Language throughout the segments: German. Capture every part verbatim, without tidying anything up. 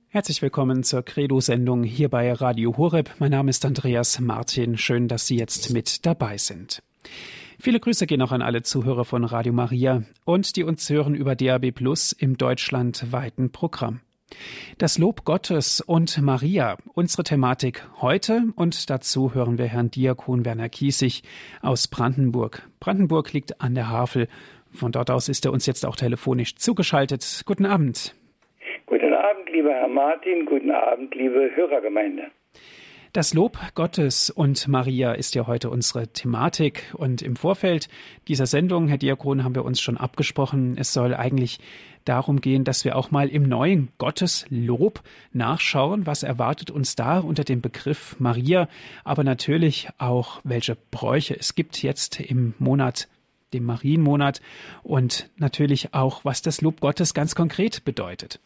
Herzlich willkommen zur Credo-Sendung hier bei Radio Horeb. Mein Name ist Andreas Martin. Schön, dass Sie jetzt mit dabei sind. Viele Grüße gehen auch an alle Zuhörer von Radio Maria und die uns hören über D A B Plus im deutschlandweiten Programm. Das Lob Gottes und Maria, unsere Thematik heute, und dazu hören wir Herrn Diakon Werner Kiesig aus Brandenburg. Brandenburg liegt an der Havel. Von dort aus ist er uns jetzt auch telefonisch zugeschaltet. Guten Abend. Guten Abend, lieber Herr Martin. Guten Abend, liebe Hörergemeinde. Das Lob Gottes und Maria ist ja heute unsere Thematik. Und im Vorfeld dieser Sendung, Herr Diakon, haben wir uns schon abgesprochen, es soll eigentlich darum gehen, dass wir auch mal im neuen Gotteslob nachschauen. Was erwartet uns da unter dem Begriff Maria? Aber natürlich auch, welche Bräuche es gibt jetzt im Monat, dem Marienmonat. Und natürlich auch, was das Lob Gottes ganz konkret bedeutet.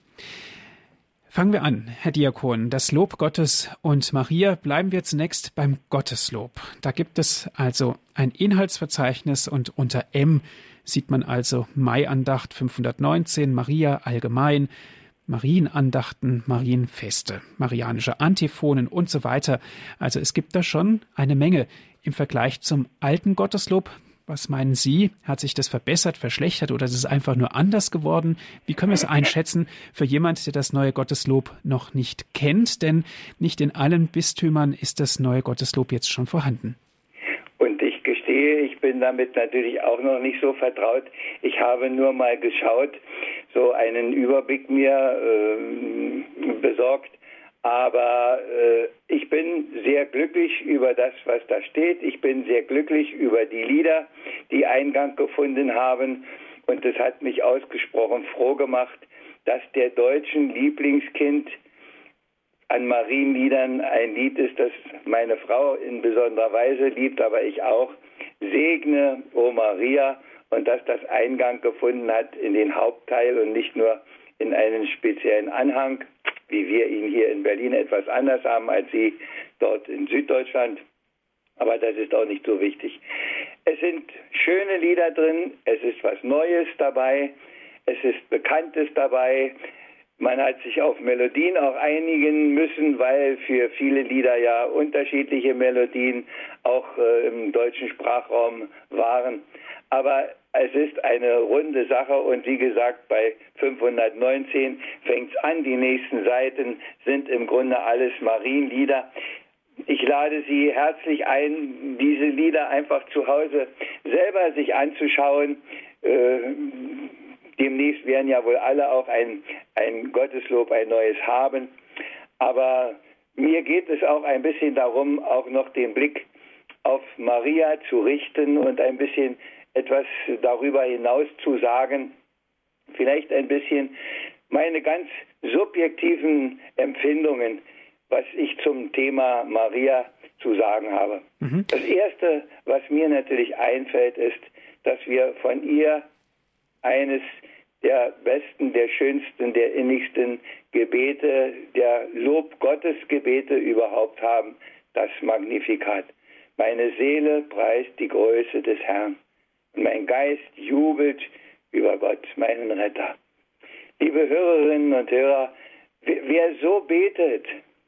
Fangen wir an, Herr Diakon. Das Lob Gottes und Maria. Bleiben wir zunächst beim Gotteslob. Da gibt es also ein Inhaltsverzeichnis und unter M sieht man also Maiandacht fünfhundertneunzehn, Maria allgemein, Marienandachten, Marienfeste, marianische Antiphonen und so weiter. Also es gibt da schon eine Menge im Vergleich zum alten Gotteslob. Was meinen Sie? Hat sich das verbessert, verschlechtert oder ist es einfach nur anders geworden? Wie können wir es einschätzen für jemand, der das neue Gotteslob noch nicht kennt? Denn nicht in allen Bistümern ist das neue Gotteslob jetzt schon vorhanden. Und ich gestehe, ich bin damit natürlich auch noch nicht so vertraut. Ich habe nur mal geschaut, so einen Überblick mir äh, besorgt. Aber äh, ich bin sehr glücklich über das, was da steht. Ich bin sehr glücklich über die Lieder, die Eingang gefunden haben. Und es hat mich ausgesprochen froh gemacht, dass der deutschen Lieblingskind an Marienliedern ein Lied ist, das meine Frau in besonderer Weise liebt, aber ich auch. Segne, o Maria. Und dass das Eingang gefunden hat in den Hauptteil und nicht nur in einen speziellen Anhang, wie wir ihn hier in Berlin etwas anders haben als Sie dort in Süddeutschland. Aber das ist auch nicht so wichtig. Es sind schöne Lieder drin, es ist was Neues dabei, es ist Bekanntes dabei. Man hat sich auf Melodien auch einigen müssen, weil für viele Lieder ja unterschiedliche Melodien auch äh, im deutschen Sprachraum waren. Aber es ist eine runde Sache und wie gesagt, bei fünfhundertneunzehn fängt es an. Die nächsten Seiten sind im Grunde alles Marienlieder. Ich lade Sie herzlich ein, diese Lieder einfach zu Hause selber sich anzuschauen. Äh, demnächst werden ja wohl alle auch ein, ein Gotteslob, ein neues haben. Aber mir geht es auch ein bisschen darum, auch noch den Blick auf Maria zu richten und ein bisschen etwas darüber hinaus zu sagen, vielleicht ein bisschen meine ganz subjektiven Empfindungen, was ich zum Thema Maria zu sagen habe. Mhm. Das Erste, was mir natürlich einfällt, ist, dass wir von ihr eines der besten, der schönsten, der innigsten Gebete, der Lob-Gottes-Gebete überhaupt haben, das Magnificat. Meine Seele preist die Größe des Herrn. Und mein Geist jubelt über Gott, meinen Retter. Liebe Hörerinnen und Hörer, wer so betet,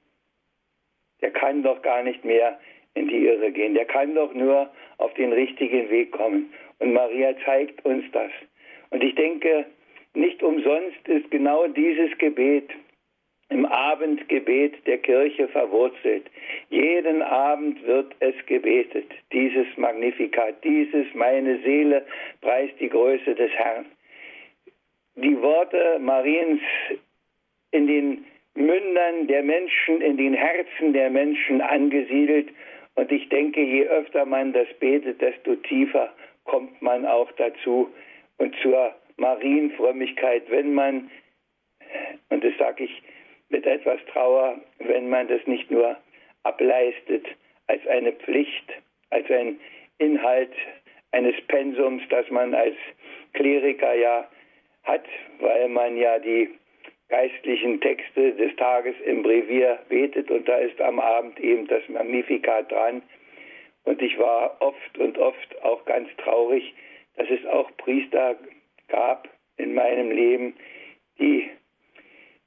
der kann doch gar nicht mehr in die Irre gehen. Der kann doch nur auf den richtigen Weg kommen. Und Maria zeigt uns das. Und ich denke, nicht umsonst ist genau dieses Gebet im Abendgebet der Kirche verwurzelt. Jeden Abend wird es gebetet, dieses Magnificat, dieses meine Seele preist die Größe des Herrn. Die Worte Mariens in den Mündern der Menschen, in den Herzen der Menschen angesiedelt. Und ich denke, je öfter man das betet, desto tiefer kommt man auch dazu und zur Marienfrömmigkeit, wenn man, und das sage ich mit etwas Trauer, wenn man das nicht nur ableistet als eine Pflicht, als ein Inhalt eines Pensums, das man als Kleriker ja hat, weil man ja die geistlichen Texte des Tages im Brevier betet und da ist am Abend eben das Magnificat dran. Und ich war oft und oft auch ganz traurig, dass es auch Priester gab in meinem Leben, die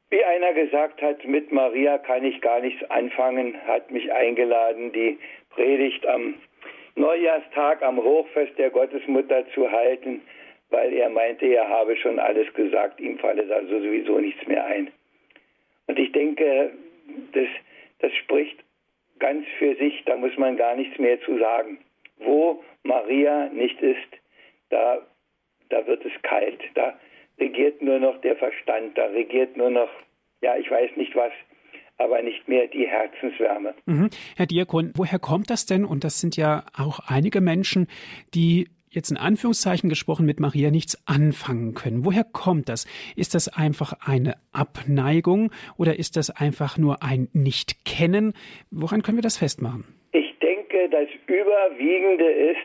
Wie einer gesagt hat, mit Maria kann ich gar nichts anfangen, hat mich eingeladen, die Predigt am Neujahrstag, am Hochfest der Gottesmutter zu halten, weil er meinte, er habe schon alles gesagt, ihm falle da also sowieso nichts mehr ein. Und ich denke, das, das spricht ganz für sich, da muss man gar nichts mehr zu sagen. Wo Maria nicht ist, da, da wird es kalt, da regiert nur noch der Verstand, da regiert nur noch, ja, ich weiß nicht was, aber nicht mehr die Herzenswärme. Mhm. Herr Diakon, woher kommt das denn? Und das sind ja auch einige Menschen, die jetzt in Anführungszeichen gesprochen mit Maria nichts anfangen können. Woher kommt das? Ist das einfach eine Abneigung oder ist das einfach nur ein Nicht-Kennen? Woran können wir das festmachen? Ich denke, das Überwiegende ist,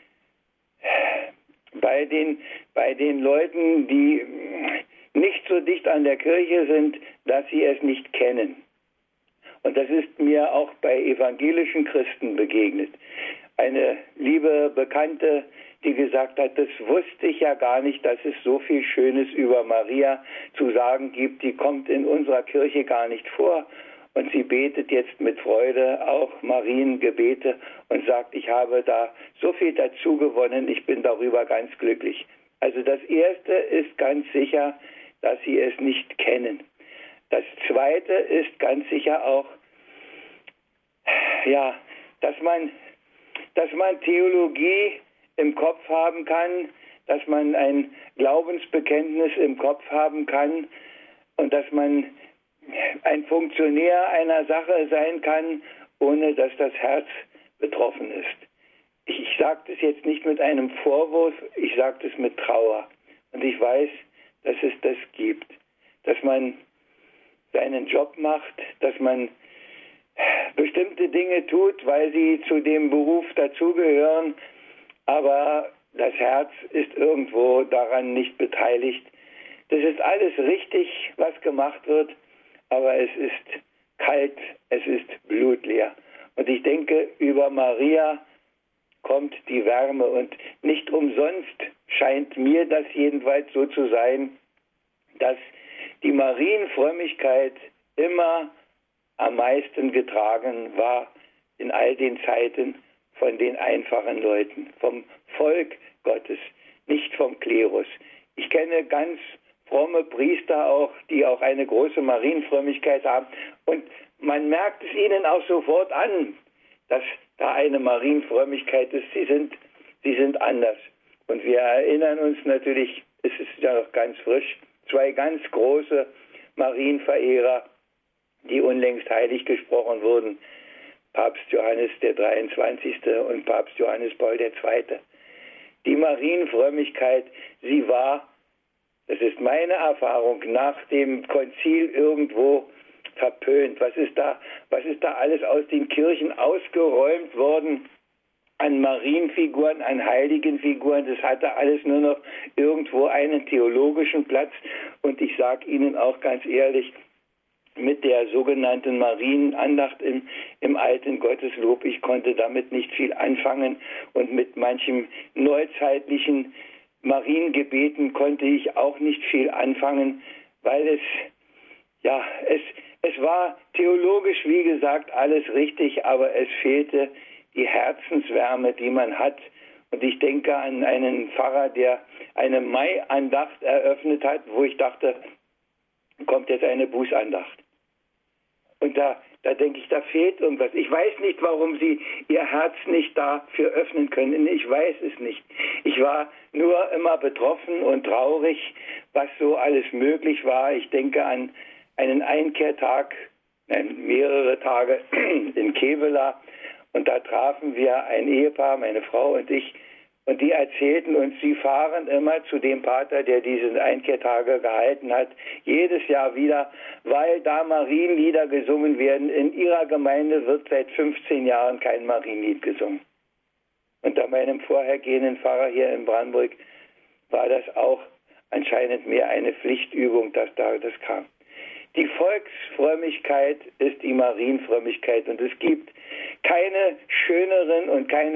bei den, bei den Leuten, die nicht so dicht an der Kirche sind, dass sie es nicht kennen. Und das ist mir auch bei evangelischen Christen begegnet. Eine liebe Bekannte, die gesagt hat, das wusste ich ja gar nicht, dass es so viel Schönes über Maria zu sagen gibt, die kommt in unserer Kirche gar nicht vor. Und sie betet jetzt mit Freude auch Mariengebete und sagt, ich habe da so viel dazu gewonnen, ich bin darüber ganz glücklich. Also das Erste ist ganz sicher, dass sie es nicht kennen. Das Zweite ist ganz sicher auch, ja, dass man, dass man Theologie im Kopf haben kann, dass man ein Glaubensbekenntnis im Kopf haben kann und dass man ein Funktionär einer Sache sein kann, ohne dass das Herz betroffen ist. Ich, ich sage das jetzt nicht mit einem Vorwurf, ich sage das mit Trauer. Und ich weiß, dass es das gibt. Dass man seinen Job macht, dass man bestimmte Dinge tut, weil sie zu dem Beruf dazugehören, aber das Herz ist irgendwo daran nicht beteiligt. Das ist alles richtig, was gemacht wird, aber es ist kalt, es ist blutleer. Und ich denke, über Maria kommt die Wärme und nicht umsonst scheint mir das jedenfalls so zu sein, dass die Marienfrömmigkeit immer am meisten getragen war in all den Zeiten von den einfachen Leuten, vom Volk Gottes, nicht vom Klerus. Ich kenne ganz fromme Priester auch, die auch eine große Marienfrömmigkeit haben. Und man merkt es ihnen auch sofort an, dass da eine Marienfrömmigkeit ist. Sie sind, sie sind anders. Und wir erinnern uns natürlich, es ist ja noch ganz frisch, zwei ganz große Marienverehrer, die unlängst heilig gesprochen wurden. Papst Johannes der dreiundzwanzigste und Papst Johannes Paul der Zweite. Die Marienfrömmigkeit, sie war, das ist meine Erfahrung, nach dem Konzil irgendwo verpönt. Was ist da, was ist da alles aus den Kirchen ausgeräumt worden an Marienfiguren, an Heiligenfiguren? Das hatte alles nur noch irgendwo einen theologischen Platz. Und ich sage Ihnen auch ganz ehrlich, mit der sogenannten Marienandacht im, im alten Gotteslob, ich konnte damit nicht viel anfangen und mit manchem neuzeitlichen Mariengebeten konnte ich auch nicht viel anfangen, weil es, ja, es, es war theologisch, wie gesagt, alles richtig, aber es fehlte die Herzenswärme, die man hat. Und ich denke an einen Pfarrer, der eine Maiandacht eröffnet hat, wo ich dachte, kommt jetzt eine Bußandacht. Und da, da denke ich, da fehlt irgendwas. Ich weiß nicht, warum Sie Ihr Herz nicht dafür öffnen können. Ich weiß es nicht. Ich war nur immer betroffen und traurig, was so alles möglich war. Ich denke an einen Einkehrtag, nein, mehrere Tage in Kevela. Und da trafen wir ein Ehepaar, meine Frau und ich, und die erzählten uns, sie fahren immer zu dem Pater, der diese Einkehrtage gehalten hat, jedes Jahr wieder, weil da Marienlieder gesungen werden. In ihrer Gemeinde wird seit fünfzehn Jahren kein Marienlied gesungen. Unter meinem vorhergehenden Pfarrer hier in Brandenburg war das auch anscheinend mehr eine Pflichtübung, dass da das kam. Die Volksfrömmigkeit ist die Marienfrömmigkeit und es gibt keine schöneren und keine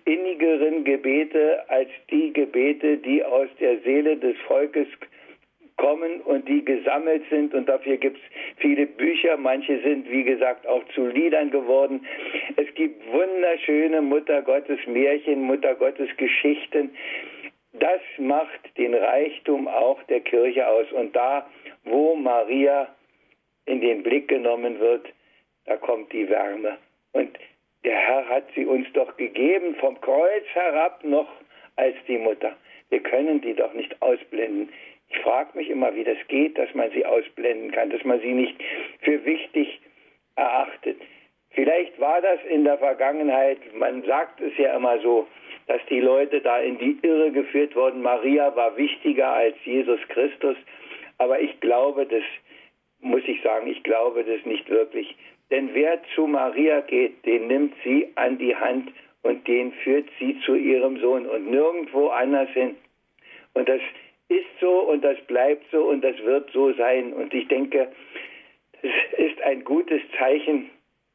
innigeren Gebete als die Gebete, die aus der Seele des Volkes kommen und die gesammelt sind. Und dafür gibt es viele Bücher. Manche sind, wie gesagt, auch zu Liedern geworden. Es gibt wunderschöne Muttergottes-Märchen, Muttergottes-Geschichten. Das macht den Reichtum auch der Kirche aus. Und da, wo Maria in den Blick genommen wird, da kommt die Wärme. Und der Herr hat sie uns doch gegeben, vom Kreuz herab noch als die Mutter. Wir können die doch nicht ausblenden. Ich frage mich immer, wie das geht, dass man sie ausblenden kann, dass man sie nicht für wichtig erachtet. Vielleicht war das in der Vergangenheit, man sagt es ja immer so, dass die Leute da in die Irre geführt wurden. Maria war wichtiger als Jesus Christus. Aber ich glaube das, muss ich sagen, ich glaube das nicht wirklich. Denn wer zu Maria geht, den nimmt sie an die Hand und den führt sie zu ihrem Sohn und nirgendwo anders hin. Und das ist so und das bleibt so und das wird so sein. Und ich denke, es ist ein gutes Zeichen,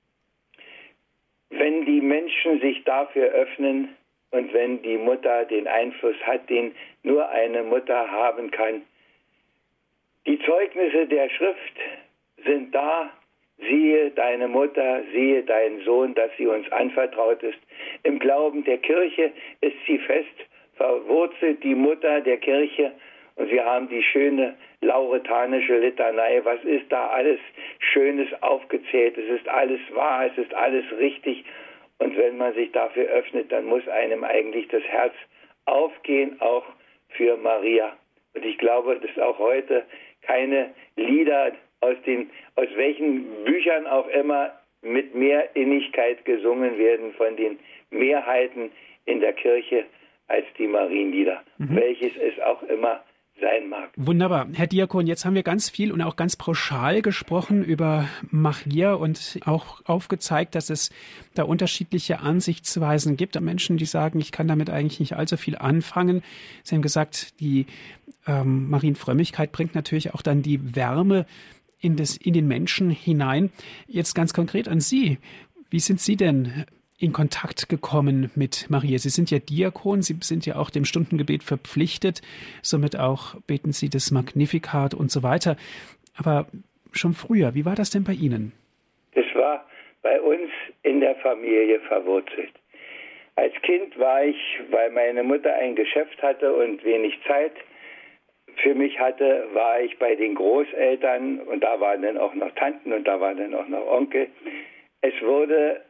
wenn die Menschen sich dafür öffnen und wenn die Mutter den Einfluss hat, den nur eine Mutter haben kann. Die Zeugnisse der Schrift sind da. Siehe deine Mutter, siehe deinen Sohn, dass sie uns anvertraut ist. Im Glauben der Kirche ist sie fest verwurzelt, die Mutter der Kirche. Und wir haben die schöne lauretanische Litanei. Was ist da alles Schönes aufgezählt? Es ist alles wahr, es ist alles richtig. Und wenn man sich dafür öffnet, dann muss einem eigentlich das Herz aufgehen, auch für Maria. Und ich glaube, dass auch heute keine Lieder aus den, aus welchen Büchern auch immer mit mehr Innigkeit gesungen werden von den Mehrheiten in der Kirche als die Marienlieder, mhm. welches es auch immer sein mag. Wunderbar. Herr Diakon, jetzt haben wir ganz viel und auch ganz pauschal gesprochen über Maria und auch aufgezeigt, dass es da unterschiedliche Ansichtsweisen gibt. Menschen, die sagen, ich kann damit eigentlich nicht allzu viel anfangen. Sie haben gesagt, die ähm, Marienfrömmigkeit bringt natürlich auch dann die Wärme in, das, in den Menschen hinein. Jetzt ganz konkret an Sie. Wie sind Sie denn in Kontakt gekommen mit Maria? Sie sind ja Diakon, Sie sind ja auch dem Stundengebet verpflichtet, somit auch beten Sie das Magnificat und so weiter. Aber schon früher, wie war das denn bei Ihnen? Das war bei uns in der Familie verwurzelt. Als Kind war ich, weil meine Mutter ein Geschäft hatte und wenig Zeit für mich hatte, war ich bei den Großeltern und da waren dann auch noch Tanten und da waren dann auch noch Onkel. Es wurde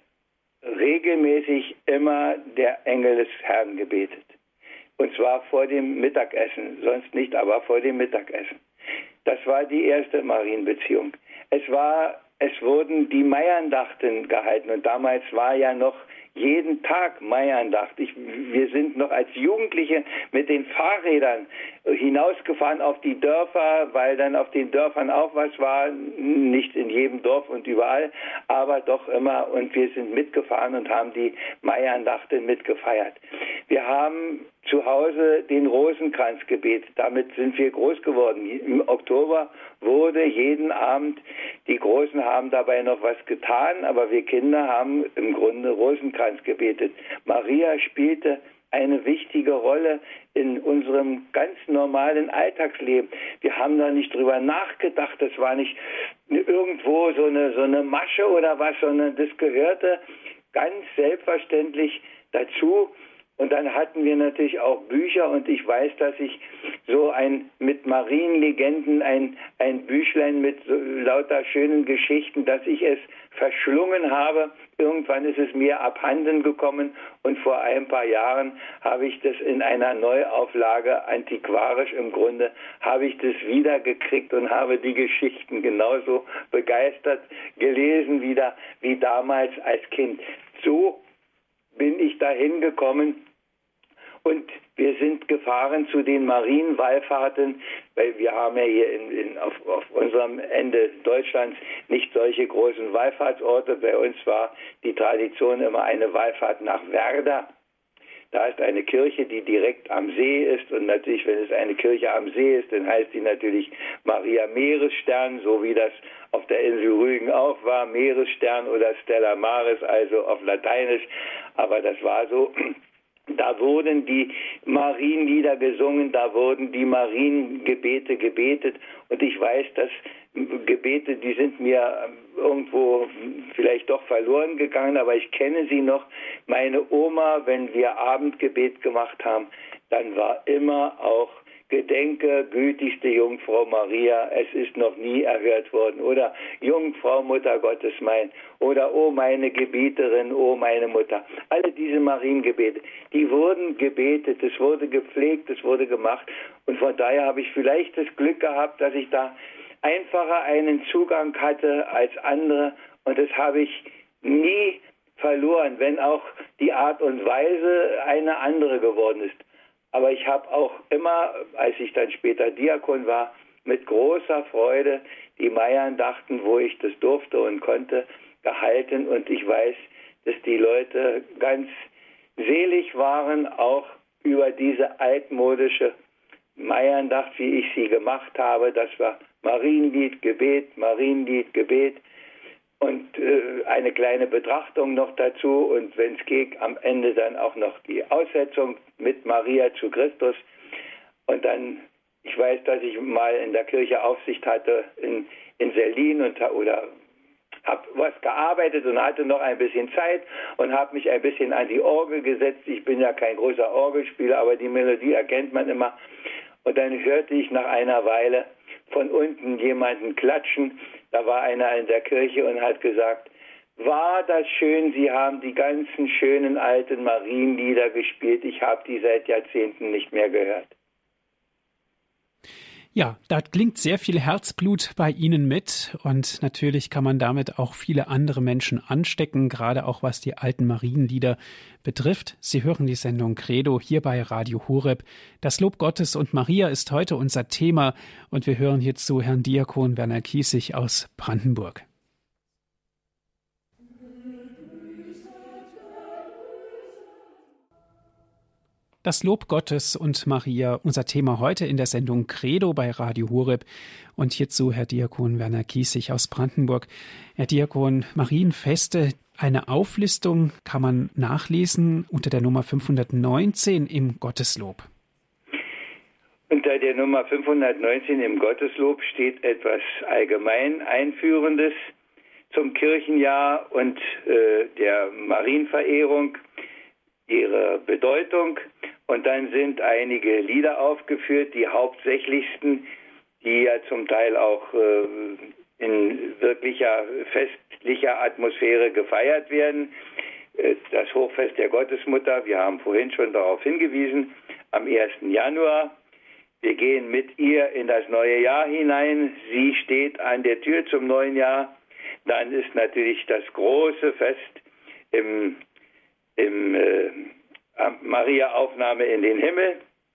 regelmäßig immer der Engel des Herrn gebetet. Und zwar vor dem Mittagessen, sonst nicht, aber vor dem Mittagessen. Das war die erste Marienbeziehung. Es war, es wurden die Maiandachten gehalten und damals war ja noch jeden Tag Maiandacht. Ich, wir sind noch als Jugendliche mit den Fahrrädern hinausgefahren auf die Dörfer, weil dann auf den Dörfern auch was war, nicht in jedem Dorf und überall, aber doch immer. Und wir sind mitgefahren und haben die Maiandachten mitgefeiert. Wir haben zu Hause den Rosenkranz gebetet. Damit sind wir groß geworden. Im Oktober wurde jeden Abend, die Großen haben dabei noch was getan, aber wir Kinder haben im Grunde Rosenkranz gebetet. Maria spielte eine wichtige Rolle in unserem ganz normalen Alltagsleben. Wir haben da nicht drüber nachgedacht, das war nicht irgendwo so eine, so eine Masche oder was, sondern das gehörte ganz selbstverständlich dazu. Und dann hatten wir natürlich auch Bücher und ich weiß, dass ich so ein mit Marienlegenden, ein, ein Büchlein mit so lauter schönen Geschichten, dass ich es verschlungen habe. Irgendwann ist es mir abhanden gekommen und vor ein paar Jahren habe ich das in einer Neuauflage, antiquarisch im Grunde, habe ich das wiedergekriegt und habe die Geschichten genauso begeistert gelesen wieder wie damals als Kind. So bin ich dahin gekommen. Und wir sind gefahren zu den Marienwallfahrten, weil wir haben ja hier in, in, auf, auf unserem Ende Deutschlands nicht solche großen Wallfahrtsorte. Bei uns war die Tradition immer eine Wallfahrt nach Werder. Da ist eine Kirche, die direkt am See ist. Und natürlich, wenn es eine Kirche am See ist, dann heißt die natürlich Maria Meeresstern, so wie das auf der Insel Rügen auch war, Meeresstern oder Stella Maris, also auf Lateinisch. Aber das war so. Da wurden die Marienlieder gesungen, da wurden die Mariengebete gebetet. Und ich weiß, dass Gebete, die sind mir irgendwo vielleicht doch verloren gegangen, aber ich kenne sie noch. Meine Oma, wenn wir Abendgebet gemacht haben, dann war immer auch: Gedenke, gütigste Jungfrau Maria, es ist noch nie erhört worden. Oder Jungfrau, Mutter Gottes mein. Oder O meine Gebieterin, O meine Mutter. Alle diese Mariengebete, die wurden gebetet, es wurde gepflegt, es wurde gemacht. Und von daher habe ich vielleicht das Glück gehabt, dass ich da einfacher einen Zugang hatte als andere. Und das habe ich nie verloren, wenn auch die Art und Weise eine andere geworden ist. Aber ich habe auch immer, als ich dann später Diakon war, mit großer Freude die Maiandachten, wo ich das durfte und konnte, gehalten. Und ich weiß, dass die Leute ganz selig waren, auch über diese altmodische Maiandacht, wie ich sie gemacht habe. Das war Marienlied, Gebet, Marienlied, Gebet. Und äh, eine kleine Betrachtung noch dazu und wenn es geht, am Ende dann auch noch die Aussetzung mit Maria zu Christus. Und dann, ich weiß, dass ich mal in der Kirche Aufsicht hatte in, in Selin und oder habe was gearbeitet und hatte noch ein bisschen Zeit und habe mich ein bisschen an die Orgel gesetzt. Ich bin ja kein großer Orgelspieler, aber die Melodie erkennt man immer. Und dann hörte ich nach einer Weile von unten jemanden klatschen. Da war einer in der Kirche und hat gesagt: War das schön, Sie haben die ganzen schönen alten Marienlieder gespielt. Ich habe die seit Jahrzehnten nicht mehr gehört. Ja, da klingt sehr viel Herzblut bei Ihnen mit und natürlich kann man damit auch viele andere Menschen anstecken, gerade auch was die alten Marienlieder betrifft. Sie hören die Sendung Credo hier bei Radio Horeb. Das Lob Gottes und Maria ist heute unser Thema und wir hören hierzu Herrn Diakon Werner Kiesig aus Brandenburg. Das Lob Gottes und Maria, unser Thema heute in der Sendung Credo bei Radio Horeb. Und hierzu Herr Diakon Werner Kiesig aus Brandenburg. Herr Diakon, Marienfeste, eine Auflistung kann man nachlesen unter der Nummer fünfhundertneunzehn im Gotteslob. Unter der Nummer fünfhundertneunzehn im Gotteslob steht etwas allgemein Einführendes zum Kirchenjahr und äh, der Marienverehrung, ihre Bedeutung. Und dann sind einige Lieder aufgeführt, die hauptsächlichsten, die ja zum Teil auch äh, in wirklicher festlicher Atmosphäre gefeiert werden. Äh, das Hochfest der Gottesmutter, wir haben vorhin schon darauf hingewiesen, am ersten Januar. Wir gehen mit ihr in das neue Jahr hinein. Sie steht an der Tür zum neuen Jahr. Dann ist natürlich das große Fest im im äh, Maria-Aufnahme in den Himmel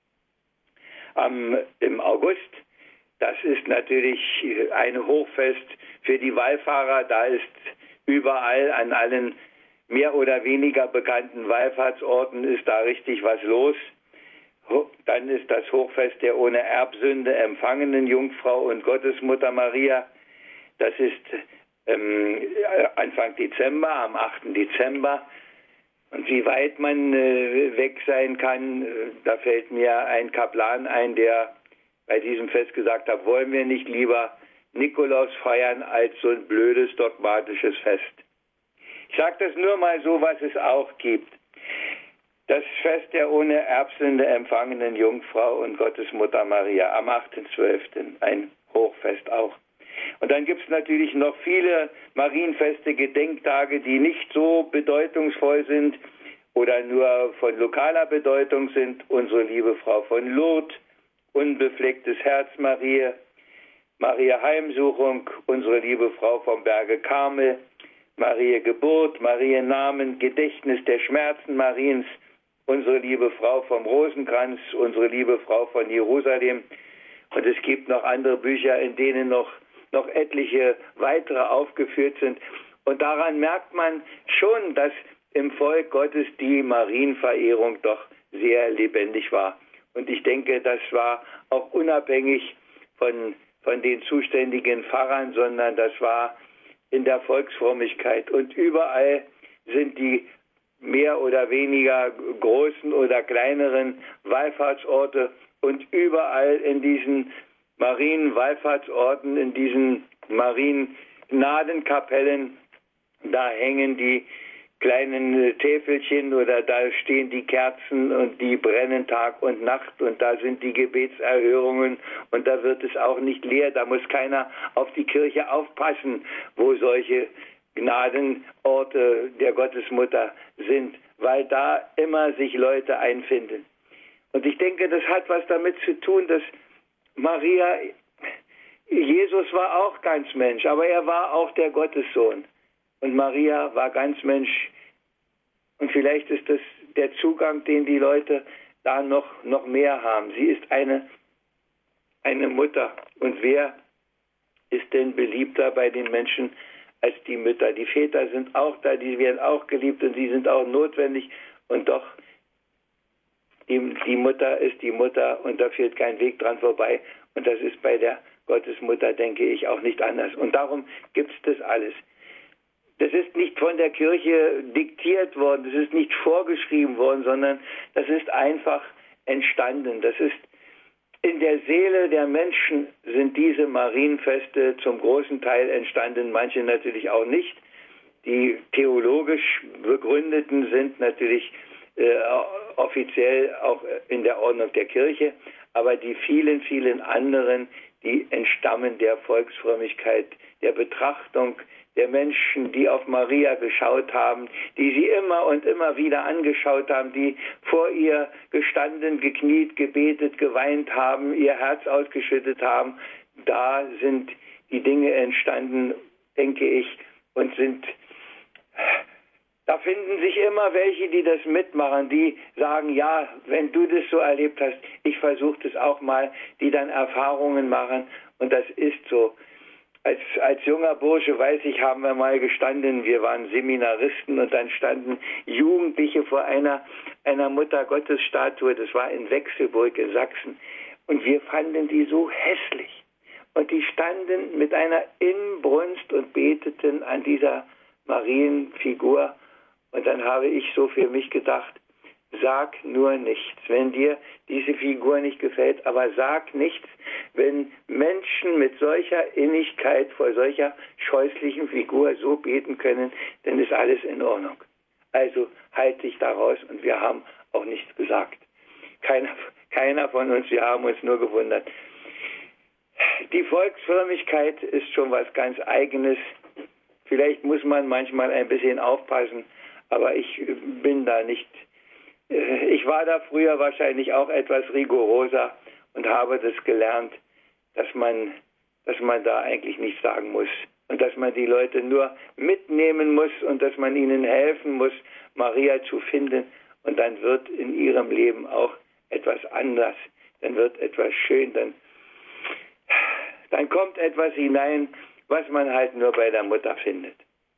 am, im August. Das ist natürlich ein Hochfest für die Wallfahrer. Da ist überall an allen mehr oder weniger bekannten Wallfahrtsorten ist da richtig was los. Dann ist das Hochfest der ohne Erbsünde empfangenen Jungfrau und Gottesmutter Maria. Das ist ähm, Anfang Dezember, am achten Dezember. Und wie weit man äh, weg sein kann, äh, da fällt mir ein Kaplan ein, der bei diesem Fest gesagt hat, wollen wir nicht lieber Nikolaus feiern als so ein blödes dogmatisches Fest. Ich sage das nur mal so, was es auch gibt. Das Fest der ohne Erbsünde empfangenen Jungfrau und Gottesmutter Maria am achten zwölften ein Hochfest auch. Und dann gibt es natürlich noch viele Marienfeste, Gedenktage, die nicht so bedeutungsvoll sind oder nur von lokaler Bedeutung sind. Unsere liebe Frau von Lourdes, unbeflecktes Herz Maria, Maria Heimsuchung, unsere liebe Frau vom Berge Karmel, Maria Geburt, Maria Namen, Gedächtnis der Schmerzen Mariens, unsere liebe Frau vom Rosenkranz, unsere liebe Frau von Jerusalem. Und es gibt noch andere Bücher, in denen noch noch etliche weitere aufgeführt sind. Und daran merkt man schon, dass im Volk Gottes die Marienverehrung doch sehr lebendig war. Und ich denke, das war auch unabhängig von, von den zuständigen Pfarrern, sondern das war in der Volksfrömmigkeit. Und überall sind die mehr oder weniger großen oder kleineren Wallfahrtsorte. Und überall in diesen Marienwallfahrtsorten, in diesen Mariengnadenkapellen, da hängen die kleinen Täfelchen oder da stehen die Kerzen und die brennen Tag und Nacht und da sind die Gebetserhörungen und da wird es auch nicht leer. Da muss keiner auf die Kirche aufpassen, wo solche Gnadenorte der Gottesmutter sind, weil da immer sich Leute einfinden. Und ich denke, das hat was damit zu tun, dass Maria, Jesus war auch ganz Mensch, aber er war auch der Gottessohn. Und Maria war ganz Mensch. Und vielleicht ist das der Zugang, den die Leute da noch, noch mehr haben. Sie ist eine, eine Mutter. Und wer ist denn beliebter bei den Menschen als die Mütter? Die Väter sind auch da, die werden auch geliebt und sie sind auch notwendig. Und doch, die, die Mutter ist die Mutter und da führt kein Weg dran vorbei. Und das ist bei der Gottesmutter, denke ich, auch nicht anders. Und darum gibt es das alles. Das ist nicht von der Kirche diktiert worden, das ist nicht vorgeschrieben worden, sondern das ist einfach entstanden. Das ist in der Seele der Menschen sind diese Marienfeste zum großen Teil entstanden, manche natürlich auch nicht. Die theologisch Begründeten sind natürlich äh, offiziell auch in der Ordnung der Kirche, aber die vielen, vielen anderen, die entstammen der Volksfrömmigkeit, der Betrachtung der Menschen, die auf Maria geschaut haben, die sie immer und immer wieder angeschaut haben, die vor ihr gestanden, gekniet, gebetet, geweint haben, ihr Herz ausgeschüttet haben. Da sind die Dinge entstanden, denke ich, und sind, da finden sich immer welche, die das mitmachen, die sagen, ja, wenn du das so erlebt hast, ich versuche das auch mal, die dann Erfahrungen machen und das ist so. Als, als junger Bursche, weiß ich, haben wir mal gestanden, wir waren Seminaristen und dann standen Jugendliche vor einer, einer Mutter-Gottes-Statue, das war in Wechselburg in Sachsen, und wir fanden die so hässlich. Und die standen mit einer Inbrunst und beteten an dieser Marienfigur. Und dann habe ich so für mich gedacht, sag nur nichts, wenn dir diese Figur nicht gefällt, aber sag nichts, wenn Menschen mit solcher Innigkeit vor solcher scheußlichen Figur so beten können, dann ist alles in Ordnung. Also halt dich da raus und wir haben auch nichts gesagt. Keiner, keiner von uns, wir haben uns nur gewundert. Die Volksfrömmigkeit ist schon was ganz Eigenes. Vielleicht muss man manchmal ein bisschen aufpassen, aber ich bin da nicht. Ich war da früher wahrscheinlich auch etwas rigoroser und habe das gelernt, dass man, dass man da eigentlich nichts sagen muss und dass man die Leute nur mitnehmen muss und dass man ihnen helfen muss, Maria zu finden und dann wird in ihrem Leben auch etwas anders, dann wird etwas schön, dann, dann kommt etwas hinein, was man halt nur bei der Mutter findet.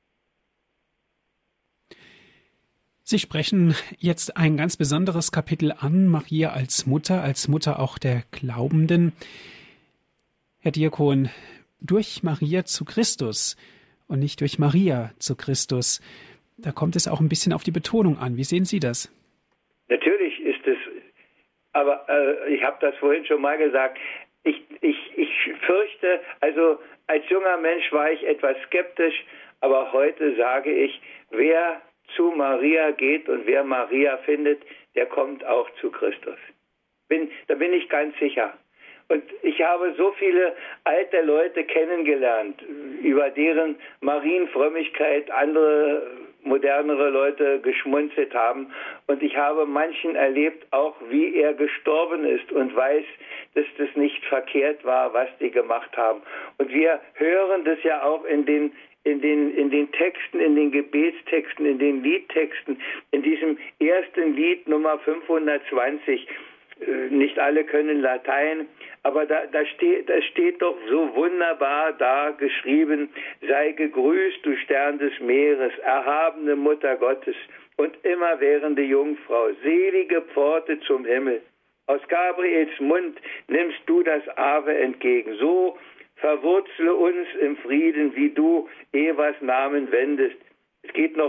Sie sprechen jetzt ein ganz besonderes Kapitel an, Maria als Mutter, als Mutter auch der Glaubenden. Herr Diakon, durch Maria zu Christus und nicht durch Maria zu Christus, da kommt es auch ein bisschen auf die Betonung an. Wie sehen Sie das? Natürlich ist es, aber äh, ich habe das vorhin schon mal gesagt, ich, ich, ich fürchte, also als junger Mensch war ich etwas skeptisch, aber heute sage ich, wer zu Maria geht und wer Maria findet, der kommt auch zu Christus. Bin, da bin ich ganz sicher. Und ich habe so viele alte Leute kennengelernt, über deren Marienfrömmigkeit andere modernere Leute geschmunzelt haben. Und ich habe manchen erlebt, auch wie er gestorben ist und weiß, dass das nicht verkehrt war, was die gemacht haben. Und wir hören das ja auch in den In den, in den Texten, in den Gebetstexten, in den Liedtexten, in diesem ersten Lied Nummer fünfhundertzwanzig, äh, nicht alle können Latein, aber da, da, steht, da steht doch so wunderbar da geschrieben, sei gegrüßt, du Stern des Meeres, erhabene Mutter Gottes und immerwährende Jungfrau, selige Pforte zum Himmel. Aus Gabriels Mund nimmst du das Ave entgegen, so verwurzle uns im Frieden, wie du Evas Namen wendest. Es geht noch,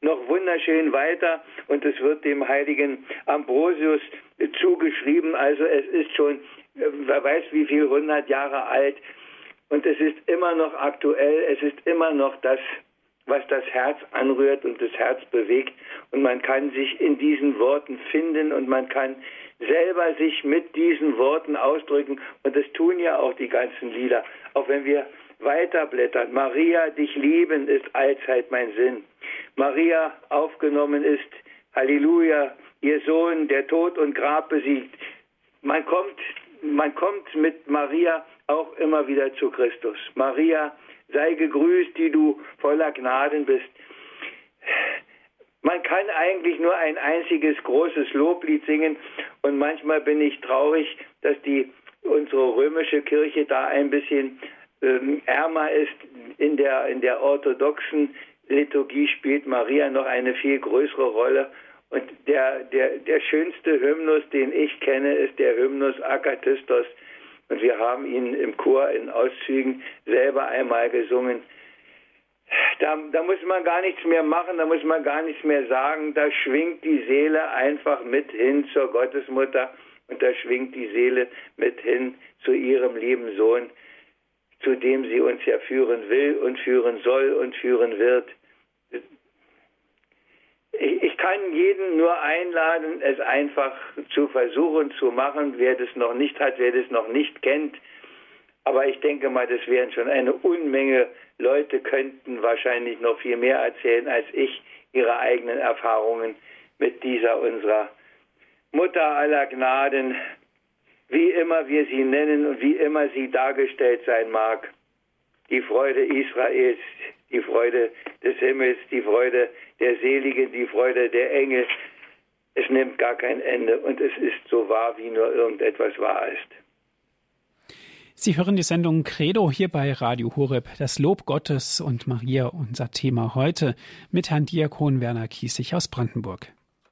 noch wunderschön weiter und es wird dem heiligen Ambrosius zugeschrieben. Also es ist schon, wer weiß wie viel, hundert Jahre alt und es ist immer noch aktuell, es ist immer noch das, was das Herz anrührt und das Herz bewegt und man kann sich in diesen Worten finden und man kann selber sich mit diesen Worten ausdrücken und das tun ja auch die ganzen Lieder, auch wenn wir weiterblättern. Maria, dich lieben ist allzeit mein Sinn. Maria aufgenommen ist, Halleluja, ihr Sohn, der Tod und Grab besiegt. Man kommt, man kommt mit Maria auch immer wieder zu Christus. Maria, sei gegrüßt, die du voller Gnaden bist. Man kann eigentlich nur ein einziges großes Loblied singen und manchmal bin ich traurig, dass die unsere römische Kirche da ein bisschen ähm, ärmer ist. In der, in der orthodoxen Liturgie spielt Maria noch eine viel größere Rolle. Und der, der, der schönste Hymnus, den ich kenne, ist der Hymnus Akathystos. Und wir haben ihn im Chor in Auszügen selber einmal gesungen. Da, da muss man gar nichts mehr machen, da muss man gar nichts mehr sagen. Da schwingt die Seele einfach mit hin zur Gottesmutter und da schwingt die Seele mit hin zu ihrem lieben Sohn, zu dem sie uns ja führen will und führen soll und führen wird. Ich, ich kann jeden nur einladen, es einfach zu versuchen zu machen, wer das noch nicht hat, wer das noch nicht kennt. Aber ich denke mal, das wären schon eine Unmenge Leute, könnten wahrscheinlich noch viel mehr erzählen als ich, ihre eigenen Erfahrungen mit dieser unserer Mutter aller Gnaden, wie immer wir sie nennen und wie immer sie dargestellt sein mag. Die Freude Israels, die Freude des Himmels, die Freude der Seligen, die Freude der Engel. Es nimmt gar kein Ende und es ist so wahr, wie nur irgendetwas wahr ist. Sie hören die Sendung Credo hier bei Radio Horeb, das Lob Gottes und Maria, unser Thema heute, mit Herrn Diakon Werner Kiessig aus Brandenburg.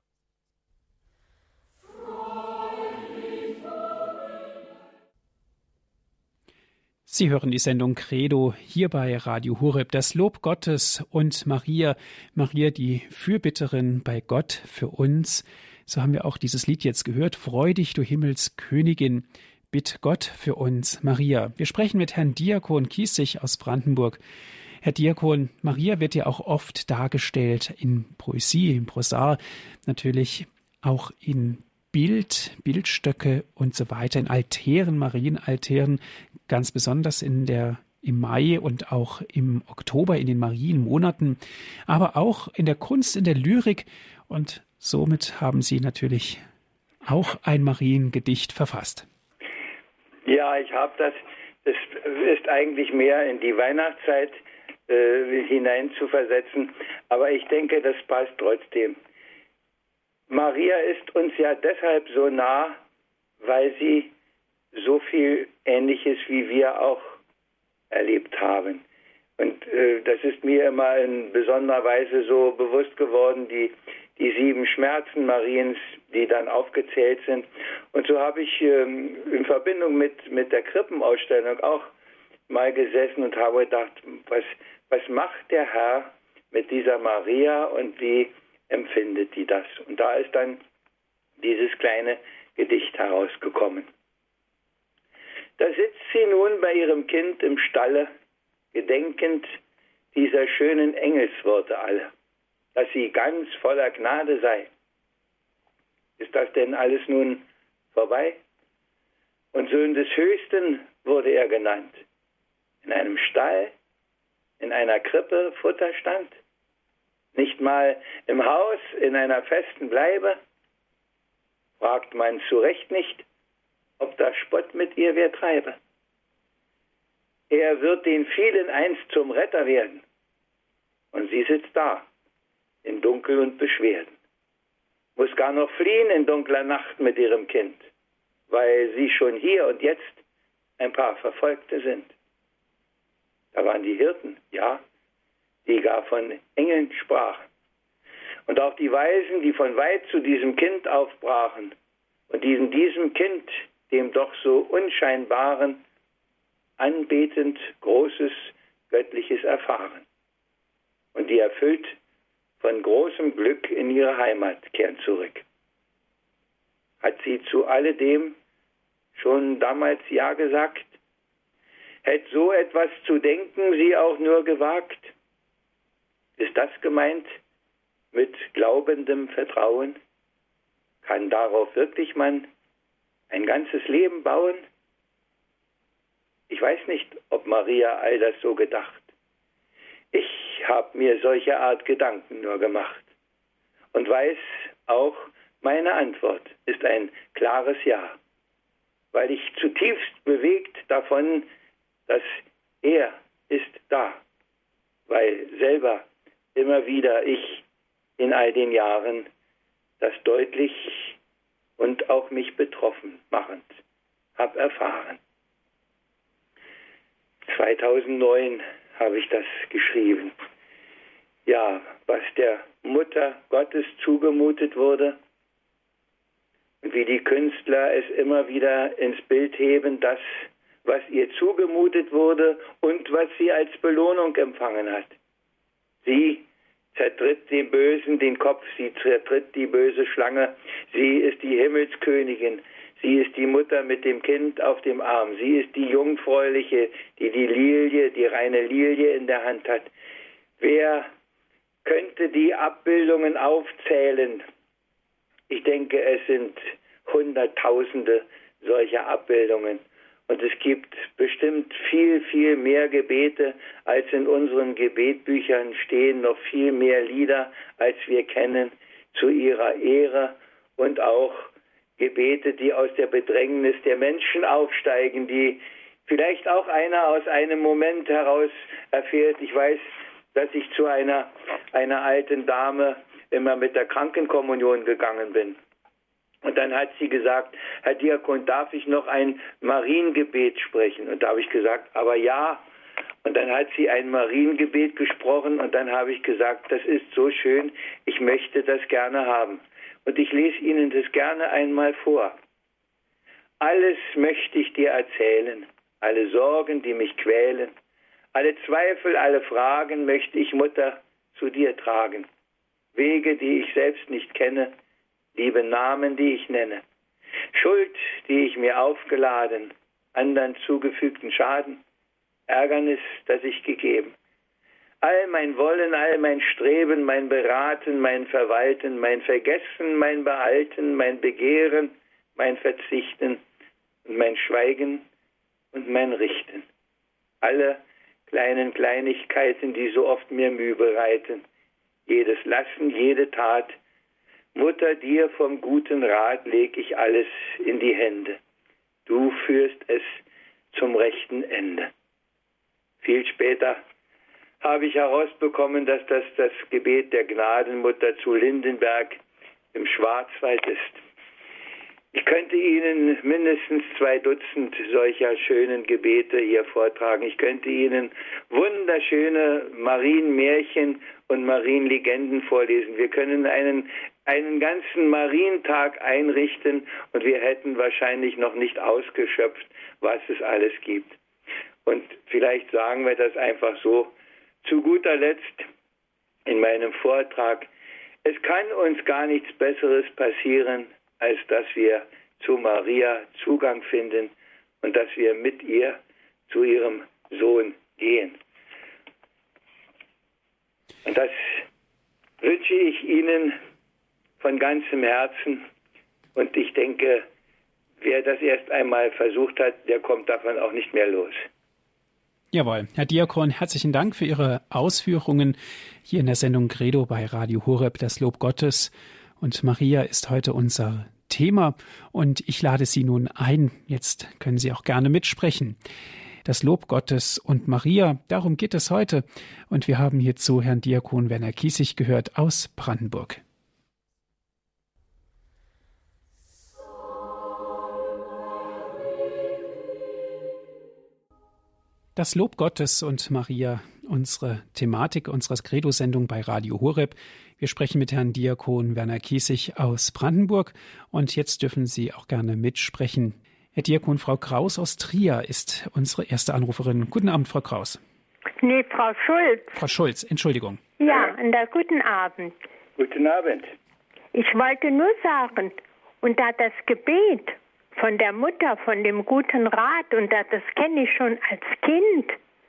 Sie hören die Sendung Credo hier bei Radio Horeb, das Lob Gottes und Maria, Maria die Fürbitterin bei Gott für uns. So haben wir auch dieses Lied jetzt gehört, Freu dich, du Himmelskönigin. Bitt Gott für uns, Maria. Wir sprechen mit Herrn Diakon Kiessig aus Brandenburg. Herr Diakon, Maria wird ja auch oft dargestellt in Poesie, im Prosar, natürlich auch in Bild, Bildstöcke und so weiter, in Altären, Marienaltären, ganz besonders in der, im Mai und auch im Oktober, in den Marienmonaten, aber auch in der Kunst, in der Lyrik. Und somit haben Sie natürlich auch ein Mariengedicht verfasst. Ja, ich habe das, das ist eigentlich mehr in die Weihnachtszeit äh, hinein zu versetzen, aber ich denke, das passt trotzdem. Maria ist uns ja deshalb so nah, weil sie so viel Ähnliches wie wir auch erlebt haben. Und äh, das ist mir immer in besonderer Weise so bewusst geworden, die die sieben Schmerzen Mariens, die dann aufgezählt sind. Und so habe ich ähm, in Verbindung mit, mit der Krippenausstellung auch mal gesessen und habe gedacht, was, was macht der Herr mit dieser Maria und wie empfindet die das? Und da ist dann dieses kleine Gedicht herausgekommen. Da sitzt sie nun bei ihrem Kind im Stalle, gedenkend dieser schönen Engelsworte alle, dass sie ganz voller Gnade sei. Ist das denn alles nun vorbei? Und Sohn des Höchsten wurde er genannt. In einem Stall, in einer Krippe Futter stand, nicht mal im Haus in einer festen Bleibe, fragt man zu Recht nicht, ob da Spott mit ihr wer treibe. Er wird den vielen einst zum Retter werden, und sie sitzt da, in Dunkel und Beschwerden, muss gar noch fliehen in dunkler Nacht mit ihrem Kind, weil sie schon hier und jetzt ein paar Verfolgte sind. Da waren die Hirten, ja, die gar von Engeln sprachen. Und auch die Weisen, die von weit zu diesem Kind aufbrachen und diesen diesem Kind, dem doch so unscheinbaren, anbetend Großes, Göttliches erfahren. Und die erfüllt von großem Glück in ihre Heimat kehren zurück. Hat sie zu alledem schon damals Ja gesagt? Hätte so etwas zu denken sie auch nur gewagt? Ist das gemeint mit glaubendem Vertrauen? Kann darauf wirklich man ein ganzes Leben bauen? Ich weiß nicht, ob Maria all das so gedacht. Ich habe mir solche Art Gedanken nur gemacht und weiß auch, meine Antwort ist ein klares Ja, weil ich zutiefst bewegt davon, dass er ist da, weil selber immer wieder ich in all den Jahren das deutlich und auch mich betroffen machend habe erfahren. zweitausendneun habe ich das geschrieben. Ja, was der Mutter Gottes zugemutet wurde und wie die Künstler es immer wieder ins Bild heben, das, was ihr zugemutet wurde und was sie als Belohnung empfangen hat. Sie zertritt dem Bösen den Kopf, sie zertritt die böse Schlange, sie ist die Himmelskönigin, sie ist die Mutter mit dem Kind auf dem Arm, sie ist die Jungfräuliche, die die Lilie, die reine Lilie in der Hand hat. Wer könnte die Abbildungen aufzählen? Ich denke, es sind Hunderttausende solcher Abbildungen. Und es gibt bestimmt viel, viel mehr Gebete, als in unseren Gebetbüchern stehen, noch viel mehr Lieder, als wir kennen, zu ihrer Ehre und auch Gebete, die aus der Bedrängnis der Menschen aufsteigen, die vielleicht auch einer aus einem Moment heraus erfährt. Ich weiß, dass ich zu einer, einer alten Dame immer mit der Krankenkommunion gegangen bin. Und dann hat sie gesagt, Herr Diakon, darf ich noch ein Mariengebet sprechen? Und da habe ich gesagt, aber ja. Und dann hat sie ein Mariengebet gesprochen und dann habe ich gesagt, das ist so schön, ich möchte das gerne haben. Und ich lese Ihnen das gerne einmal vor. Alles möchte ich dir erzählen, alle Sorgen, die mich quälen, alle Zweifel, alle Fragen möchte ich, Mutter, zu dir tragen. Wege, die ich selbst nicht kenne, liebe Namen, die ich nenne. Schuld, die ich mir aufgeladen, anderen zugefügten Schaden, Ärgernis, das ich gegeben. All mein Wollen, all mein Streben, mein Beraten, mein Verwalten, mein Vergessen, mein Behalten, mein Begehren, mein Verzichten und mein Schweigen und mein Richten. Alle kleinen Kleinigkeiten, die so oft mir Mühe bereiten. Jedes Lassen, jede Tat. Mutter, dir vom guten Rat leg ich alles in die Hände. Du führst es zum rechten Ende. Viel später habe ich herausbekommen, dass das das Gebet der Gnadenmutter zu Lindenberg im Schwarzwald ist. Ich könnte Ihnen mindestens zwei Dutzend solcher schönen Gebete hier vortragen. Ich könnte Ihnen wunderschöne Marienmärchen und Marienlegenden vorlesen. Wir können einen, einen ganzen Marientag einrichten und wir hätten wahrscheinlich noch nicht ausgeschöpft, was es alles gibt. Und vielleicht sagen wir das einfach so. Zu guter Letzt in meinem Vortrag, es kann uns gar nichts Besseres passieren, als dass wir zu Maria Zugang finden und dass wir mit ihr zu ihrem Sohn gehen. Und das wünsche ich Ihnen von ganzem Herzen. Und ich denke, wer das erst einmal versucht hat, der kommt davon auch nicht mehr los. Jawohl. Herr Diakon, herzlichen Dank für Ihre Ausführungen hier in der Sendung Credo bei Radio Horeb, das Lob Gottes. Und Maria ist heute unser Thema. Und ich lade Sie nun ein. Jetzt können Sie auch gerne mitsprechen. Das Lob Gottes und Maria, darum geht es heute. Und wir haben hierzu Herrn Diakon Werner Kiesig gehört aus Brandenburg. Das Lob Gottes und Maria, unsere Thematik unserer Credo-Sendung bei Radio Horeb. Wir sprechen mit Herrn Diakon Werner Kiesig aus Brandenburg und jetzt dürfen Sie auch gerne mitsprechen. Herr Diakon, Frau Kraus aus Trier ist unsere erste Anruferin. Guten Abend, Frau Kraus. Nee, Frau Schulz. Frau Schulz, Entschuldigung. Ja, und da, guten Abend. Guten Abend. Ich wollte nur sagen, und da das Gebet von der Mutter, von dem guten Rat, und da, das kenne ich schon als Kind.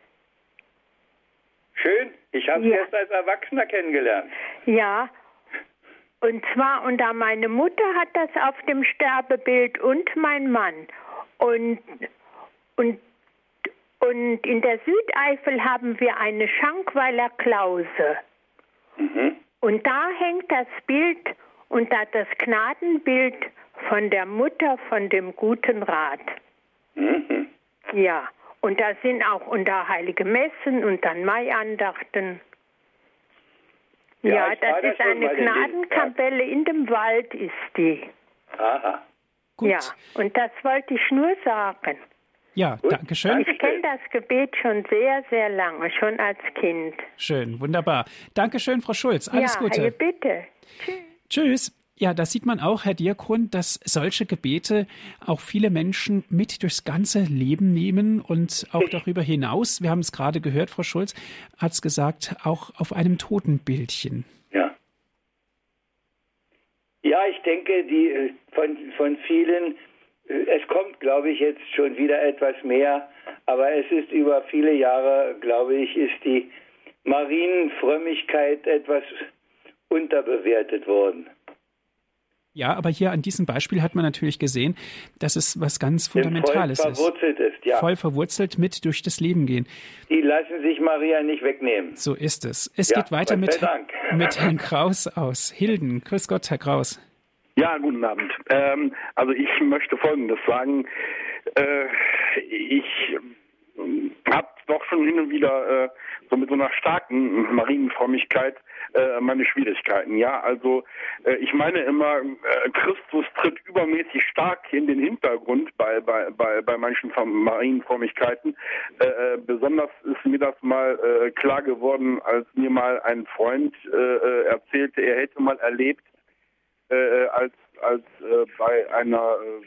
Schön, ich habe es Ja. erst als Erwachsener kennengelernt. Ja, und zwar, und da meine Mutter hat das auf dem Sterbebild und mein Mann. Und, und, und in der Südeifel haben wir eine Schankweiler Klause. Mhm. Und da hängt das Bild und da das Gnadenbild von der Mutter von dem guten Rat. Mhm. Ja, und da sind auch unter heilige Messen und dann Maiandachten. Ja, Ja, ich war das da ist schon eine mal in Gnadenkapelle in dem Wald, ist die. Aha. Gut. Ja, und das wollte ich nur sagen. Ja, Gut, danke schön. danke. Ich kenne das Gebet schon sehr, sehr lange, schon als Kind. Schön, wunderbar. Dankeschön, Frau Schulz. Alles ja, Gute. Ja, bitte. Tschüss. Tschüss. Ja, da sieht man auch, Herr Diakon, dass solche Gebete auch viele Menschen mit durchs ganze Leben nehmen und auch darüber hinaus, wir haben es gerade gehört, Frau Schulz hat es gesagt, auch auf einem Totenbildchen. Ja. Ja, ich denke, die äh, von, von vielen, äh, es kommt, glaube ich, jetzt schon wieder etwas mehr, aber es ist über viele Jahre, glaube ich, ist die Marienfrömmigkeit etwas unterbewertet worden. Ja, aber hier an diesem Beispiel hat man natürlich gesehen, dass es was ganz Fundamentales Voll verwurzelt ist. ist ja. Voll verwurzelt mit durch das Leben gehen. Die lassen sich Maria nicht wegnehmen. So ist es. Es Ja, geht weiter mit, mit Herrn Kraus aus Hilden. Grüß Gott, Herr Kraus. Ja, guten Abend. Ähm, also ich möchte Folgendes sagen. Äh, ich äh, habe doch schon hin und wieder äh, so mit so einer starken Marienfrömmigkeit äh, meine Schwierigkeiten. Ja, also äh, ich meine immer, äh, Christus tritt übermäßig stark in den Hintergrund bei bei bei, bei manchen Marienfrömmigkeiten. Äh, besonders ist mir das mal äh, klar geworden, als mir mal ein Freund äh, erzählte, er hätte mal erlebt, äh, als als äh, bei einer äh,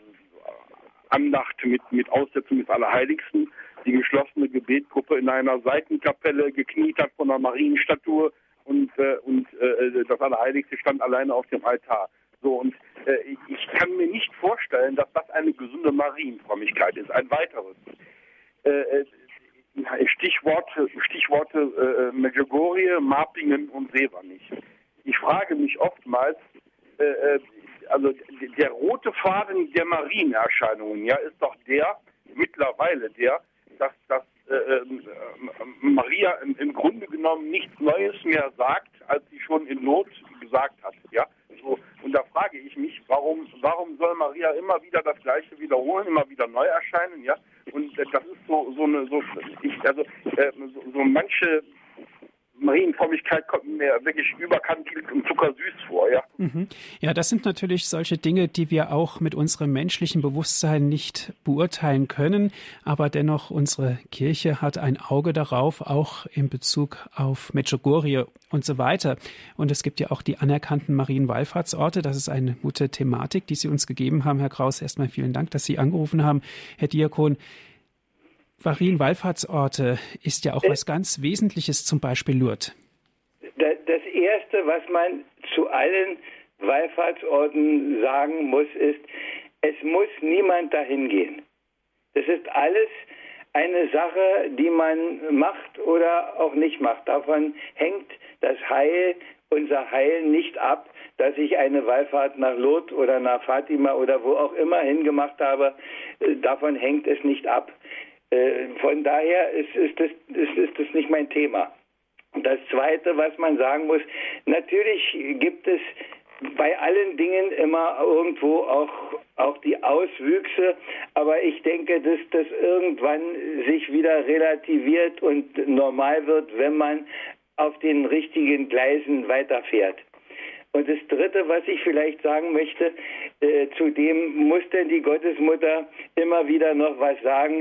Andacht mit mit Aussetzung des Allerheiligsten die geschlossene Gebetgruppe in einer Seitenkapelle gekniet hat von einer Marienstatue und äh, und äh, das Allerheiligste stand alleine auf dem Altar. So, und äh, ich kann mir nicht vorstellen, dass das eine gesunde Marienfrömmigkeit ist. Ein weiteres. Äh, Stichworte, Stichworte äh, Medjugorje, Marpingen und Severnich. Ich frage mich oftmals, äh, also der rote Faden der Marienerscheinungen, ja, ist doch der, mittlerweile der, dass, dass äh, äh, Maria im, im Grunde genommen nichts Neues mehr sagt, als sie schon in Not gesagt hat, ja. So, und da frage ich mich, warum, warum soll Maria immer wieder das Gleiche wiederholen, immer wieder neu erscheinen, ja? Und äh, das ist so so eine so ich also äh, so, so manche Marienfrömmigkeit kommt mir wirklich überkandidelt und zuckersüß vor, ja. Mhm. Ja, das sind natürlich solche Dinge, die wir auch mit unserem menschlichen Bewusstsein nicht beurteilen können. Aber dennoch, unsere Kirche hat ein Auge darauf, auch in Bezug auf Medjugorje und so weiter. Und es gibt ja auch die anerkannten Marienwallfahrtsorte. Das ist eine gute Thematik, die Sie uns gegeben haben, Herr Kraus. Erstmal vielen Dank, dass Sie angerufen haben, Herr Diakon. Marienwallfahrtsorte ist ja auch was ganz Wesentliches, zum Beispiel Lourdes. Das Erste, was man zu allen Wallfahrtsorten sagen muss, ist, es muss niemand dahin gehen. Das ist alles eine Sache, die man macht oder auch nicht macht. Davon hängt das Heil, unser Heil nicht ab, dass ich eine Wallfahrt nach Lourdes oder nach Fatima oder wo auch immer hingemacht habe. Davon hängt es nicht ab. Von daher ist, ist, das, ist, ist das nicht mein Thema. Das Zweite, was man sagen muss, natürlich gibt es bei allen Dingen immer irgendwo auch, auch die Auswüchse, aber ich denke, dass das irgendwann sich wieder relativiert und normal wird, wenn man auf den richtigen Gleisen weiterfährt. Und das Dritte, was ich vielleicht sagen möchte, äh, zu dem muss denn die Gottesmutter immer wieder noch was sagen.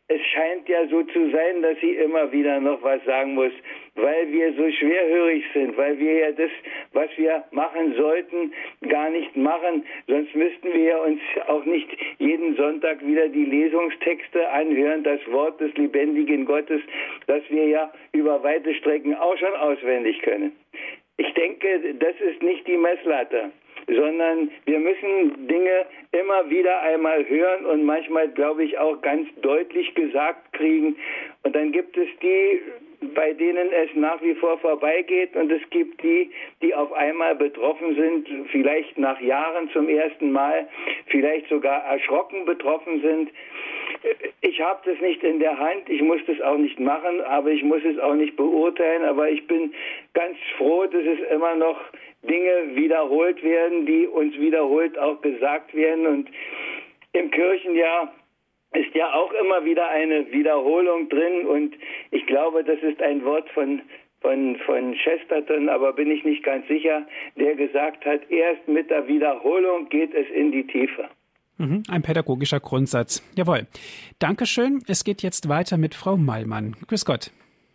es scheint ja so zu sein, dass sie immer wieder noch was sagen muss, weil wir so schwerhörig sind, weil wir ja das, was wir machen sollten, gar nicht machen. Sonst müssten wir ja uns auch nicht jeden Sonntag wieder die Lesungstexte anhören, das Wort des lebendigen Gottes, das wir ja über weite Strecken auch schon auswendig können. Ich denke, das ist nicht die Messlatte, sondern wir müssen Dinge immer wieder einmal hören und manchmal, glaube ich, auch ganz deutlich gesagt kriegen. Und dann gibt es die, bei denen es nach wie vor vorbeigeht, und es gibt die, die auf einmal betroffen sind, vielleicht nach Jahren zum ersten Mal, vielleicht sogar erschrocken betroffen sind. Ich habe das nicht in der Hand, ich muss das auch nicht machen, aber ich muss es auch nicht beurteilen, aber ich bin ganz froh, dass es immer noch Dinge wiederholt werden, die uns wiederholt auch gesagt werden. Und im Kirchenjahr ist ja auch immer wieder eine Wiederholung drin, und ich glaube, das ist ein Wort von von von Chesterton, aber bin ich nicht ganz sicher, der gesagt hat, erst mit der Wiederholung geht es in die Tiefe. Mhm, ein pädagogischer Grundsatz. Jawohl. Dankeschön. Es geht jetzt weiter mit Frau Meilmann. Grüß Gott.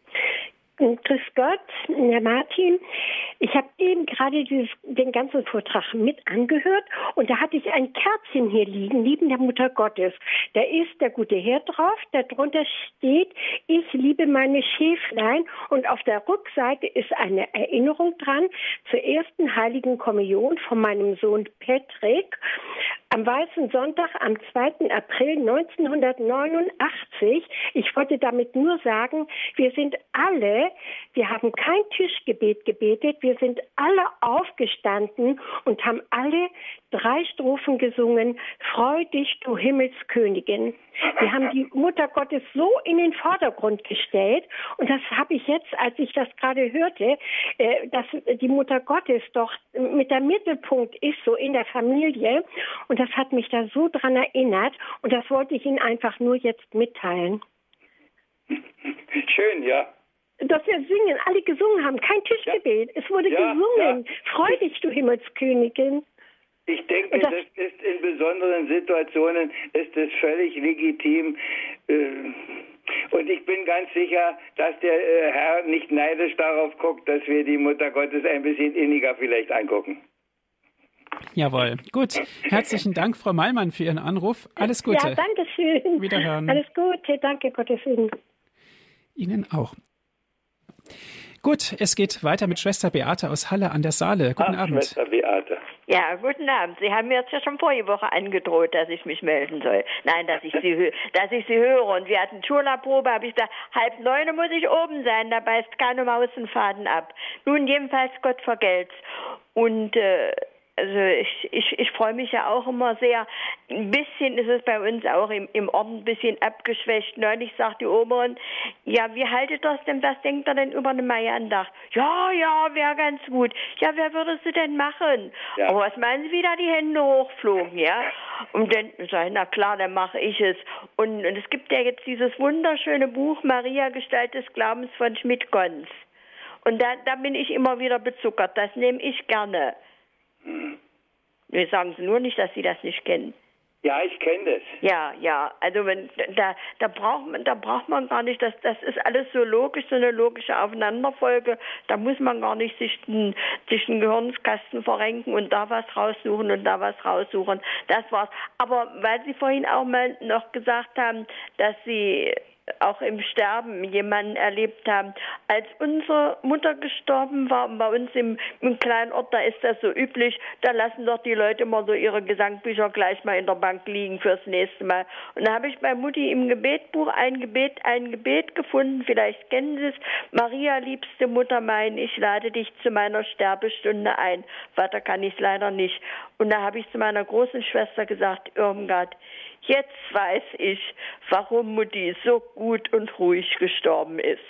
Grüß Gott, Herr Martin. Ich habe eben gerade dieses, den ganzen Vortrag mit angehört, und da hatte ich ein Kerzchen hier liegen, neben der Mutter Gottes. Da ist der gute Herd drauf, darunter steht, ich liebe meine Schäflein, und auf der Rückseite ist eine Erinnerung dran zur ersten Heiligen Kommunion von meinem Sohn Patrick am Weißen Sonntag am zweiten April neunzehnhundertneunundachtzig. Ich wollte damit nur sagen, wir sind alle, wir haben kein Tischgebet gebetet, wir sind alle aufgestanden und haben alle drei Strophen gesungen, Freu dich, du Himmelskönigin. Wir haben die Mutter Gottes so in den Vordergrund gestellt, und das habe ich jetzt, als ich das gerade hörte, äh, dass die Mutter Gottes doch mit der Mittelpunkt ist, so in der Familie, und das hat mich da so dran erinnert, und das wollte ich Ihnen einfach nur jetzt mitteilen. Schön, ja. Dass wir singen, alle gesungen haben, kein Tischgebet, ja. Es wurde ja, gesungen, ja. Freu dich, du Himmelskönigin. Ich denke, das, das ist in besonderen Situationen ist es völlig legitim. Und ich bin ganz sicher, dass der Herr nicht neidisch darauf guckt, dass wir die Mutter Gottes ein bisschen inniger vielleicht angucken. Jawohl. Gut. Herzlichen Dank, Frau Meilmann, für Ihren Anruf. Alles Gute. Ja, danke schön. Wiederhören. Alles Gute. Danke, Gottes Willen. Ihnen auch. Gut, es geht weiter mit Schwester Beate aus Halle an der Saale. Guten Ach, Abend. Schwester Beate. Ja, guten Abend. Sie haben mir jetzt ja schon vorige Woche angedroht, dass ich mich melden soll. Nein, dass ich Sie, hö- dass ich Sie höre. Und wir hatten Schulaprobe, habe ich gesagt, halb neun muss ich oben sein, da beißt keine Maus den Faden ab. Nun, jedenfalls, Gott vergelt's. Und äh, also ich, ich, ich freue mich ja auch immer sehr. Ein bisschen ist es bei uns auch im, im Ort ein bisschen abgeschwächt. Neulich sagt die Oberin, ja, wie haltet das denn, was denkt ihr denn über eine Maiandacht? Ja, ja, wäre ganz gut. Ja, wer würde sie denn machen? Ja. Aber was meinen Sie, wie da die Hände hochflogen, ja? Und dann sage ich, na klar, dann mache ich es. Und, und es gibt ja jetzt dieses wunderschöne Buch Maria, Gestalt des Glaubens von Schmidt-Gons. Und da, da bin ich immer wieder bezuckert. Das nehme ich gerne. Hm. Wir sagen Sie nur nicht, dass Sie das nicht kennen. Ja, ich kenne das. Ja, ja. Also wenn da da braucht man da braucht man gar nicht, das das ist alles so logisch, so eine logische Aufeinanderfolge. Da muss man gar nicht sich den, sich den Gehirnkasten verrenken und da was raussuchen und da was raussuchen. Das war's. Aber weil Sie vorhin auch mal noch gesagt haben, dass Sie auch im Sterben jemanden erlebt haben. Als unsere Mutter gestorben war, bei uns im, im kleinen Ort, da ist das so üblich, da lassen doch die Leute immer so ihre Gesangbücher gleich mal in der Bank liegen fürs nächste Mal. Und da habe ich bei Mutti im Gebetbuch ein Gebet, ein Gebet gefunden, vielleicht kennen Sie es, Maria, liebste Mutter mein, ich lade dich zu meiner Sterbestunde ein. Weiter kann ich es leider nicht. Und da habe ich zu meiner großen Schwester gesagt, Irmgard, jetzt weiß ich, warum Mutti so gut und ruhig gestorben ist.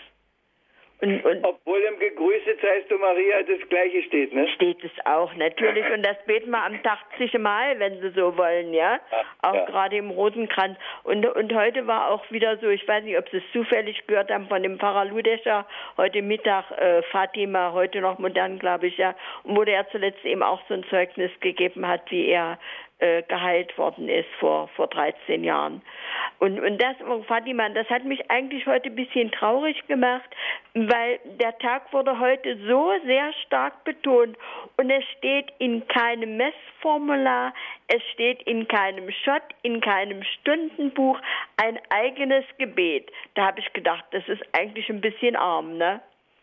Und, und Obwohl im Gegrüßet heißt du Maria das Gleiche steht, ne? Steht es auch, natürlich. Und das beten wir am Tag zigmal, wenn Sie so wollen, ja? Auch ja. Gerade im Rosenkranz. Und, und heute war auch wieder so, ich weiß nicht, ob Sie es zufällig gehört haben, von dem Pfarrer Ludescher, heute Mittag äh, Fatima, heute noch modern, glaube ich, ja. Und wo der zuletzt eben auch so ein Zeugnis gegeben hat, wie er äh, geheilt worden ist vor, vor dreizehn Jahren. Und, und das, Fatima, das hat mich eigentlich heute ein bisschen traurig gemacht, weil der Tag wurde heute so sehr stark betont und es steht in keinem Messformular, es steht in keinem Schott, in keinem Stundenbuch ein eigenes Gebet. Da habe ich gedacht, das ist eigentlich ein bisschen arm, ne?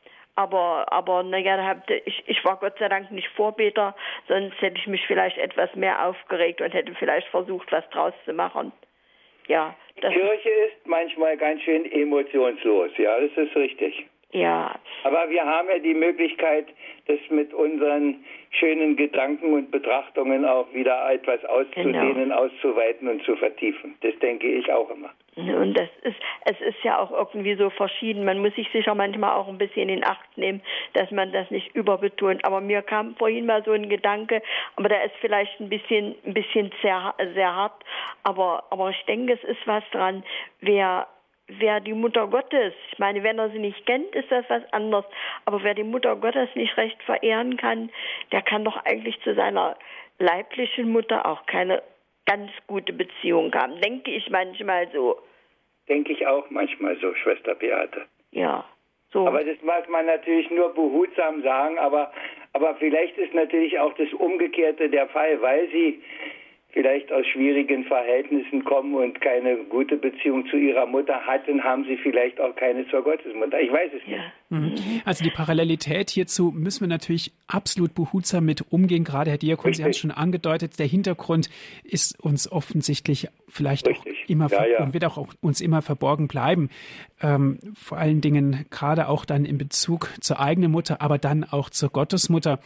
Aber, aber naja, ich, ich war Gott sei Dank nicht Vorbeter, sonst hätte ich mich vielleicht etwas mehr aufgeregt und hätte vielleicht versucht, was draus zu machen. Ja, das die Kirche ist manchmal ganz schön emotionslos, ja, das ist richtig. Ja. Aber wir haben ja die Möglichkeit, das mit unseren schönen Gedanken und Betrachtungen auch wieder etwas auszudehnen, genau. auszuweiten und zu vertiefen. Das denke ich auch immer. Und das ist, es ist ja auch irgendwie so verschieden. Man muss sich sicher manchmal auch ein bisschen in Acht nehmen, dass man das nicht überbetont. Aber mir kam vorhin mal so ein Gedanke, aber der ist vielleicht ein bisschen, ein bisschen sehr, sehr hart. Aber, aber ich denke, es ist was dran. Wer, wer die Mutter Gottes, ich meine, wenn er sie nicht kennt, ist das was anderes. Aber wer die Mutter Gottes nicht recht verehren kann, der kann doch eigentlich zu seiner leiblichen Mutter auch keine ganz gute Beziehung haben. Denke ich manchmal so. Denke ich auch manchmal so, Schwester Beate. Ja, so. Aber das muss man natürlich nur behutsam sagen, aber, aber vielleicht ist natürlich auch das Umgekehrte der Fall, weil sie vielleicht aus schwierigen Verhältnissen kommen und keine gute Beziehung zu ihrer Mutter hatten, haben sie vielleicht auch keine zur Gottesmutter. Ich weiß es nicht. Ja. Also die Parallelität hierzu müssen wir natürlich absolut behutsam mit umgehen. Gerade Herr Diakon, Sie haben es schon angedeutet, der Hintergrund ist uns offensichtlich vielleicht Richtig. auch immer ja, ja. und wird auch uns immer verborgen bleiben. Ähm, vor allen Dingen gerade auch dann in Bezug zur eigenen Mutter, aber dann auch zur Gottesmutter.